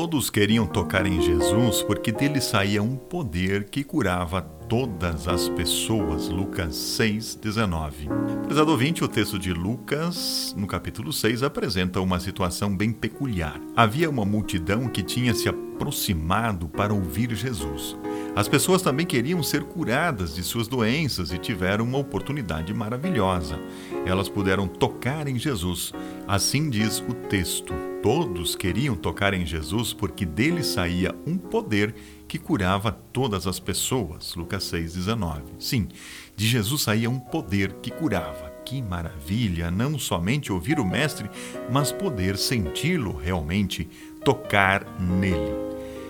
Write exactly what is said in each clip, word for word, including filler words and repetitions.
Todos queriam tocar em Jesus porque dele saía um poder que curava todas as pessoas. Lucas seis, dezenove. Prezado ouvinte, o texto de Lucas, no capítulo seis, apresenta uma situação bem peculiar. Havia uma multidão que tinha se aproximado para ouvir Jesus. As pessoas também queriam ser curadas de suas doenças e tiveram uma oportunidade maravilhosa. Elas puderam tocar em Jesus. Assim diz o texto. Todos queriam tocar em Jesus porque dele saía um poder que curava todas as pessoas. Lucas seis, dezenove. Sim, de Jesus saía um poder que curava. Que maravilha! Não somente ouvir o Mestre, mas poder senti-lo realmente, tocar nele.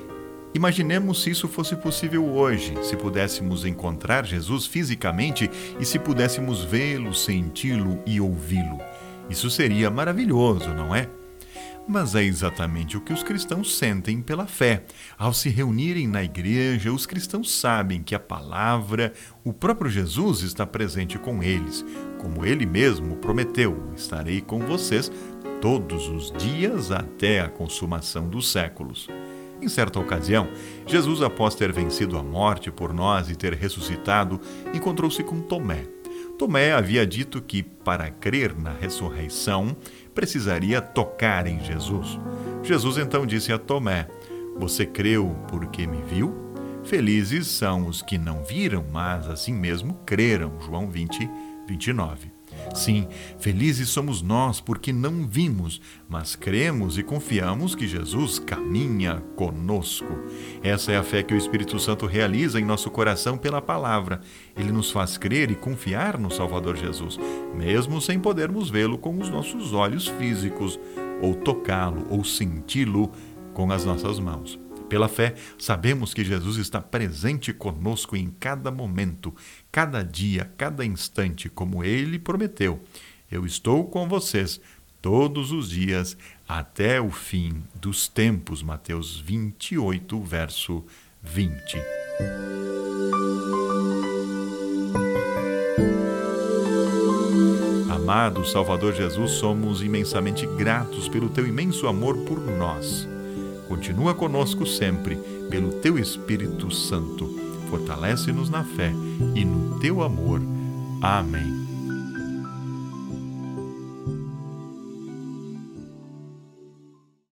Imaginemos se isso fosse possível hoje, se pudéssemos encontrar Jesus fisicamente e se pudéssemos vê-lo, senti-lo e ouvi-lo. Isso seria maravilhoso, não é? Mas é exatamente o que os cristãos sentem pela fé. Ao se reunirem na igreja, os cristãos sabem que a palavra, o próprio Jesus está presente com eles. Como ele mesmo prometeu, estarei com vocês todos os dias até a consumação dos séculos. Em certa ocasião, Jesus, após ter vencido a morte por nós e ter ressuscitado, encontrou-se com Tomé. Tomé havia dito que, para crer na ressurreição, precisaria tocar em Jesus. Jesus então disse a Tomé: "Você creu porque me viu? Felizes são os que não viram, mas assim mesmo creram." João vinte, vinte e nove. Sim, felizes somos nós porque não vimos, mas cremos e confiamos que Jesus caminha conosco. Essa é a fé que o Espírito Santo realiza em nosso coração pela palavra. Ele nos faz crer e confiar no Salvador Jesus, mesmo sem podermos vê-lo com os nossos olhos físicos, ou tocá-lo, ou senti-lo com as nossas mãos. Pela fé, sabemos que Jesus está presente conosco em cada momento, cada dia, cada instante, como ele prometeu. Eu estou com vocês todos os dias até o fim dos tempos. Mateus vinte e oito, verso vinte. Amado Salvador Jesus, somos imensamente gratos pelo teu imenso amor por nós. Continua conosco sempre, pelo teu Espírito Santo. Fortalece-nos na fé e no teu amor. Amém.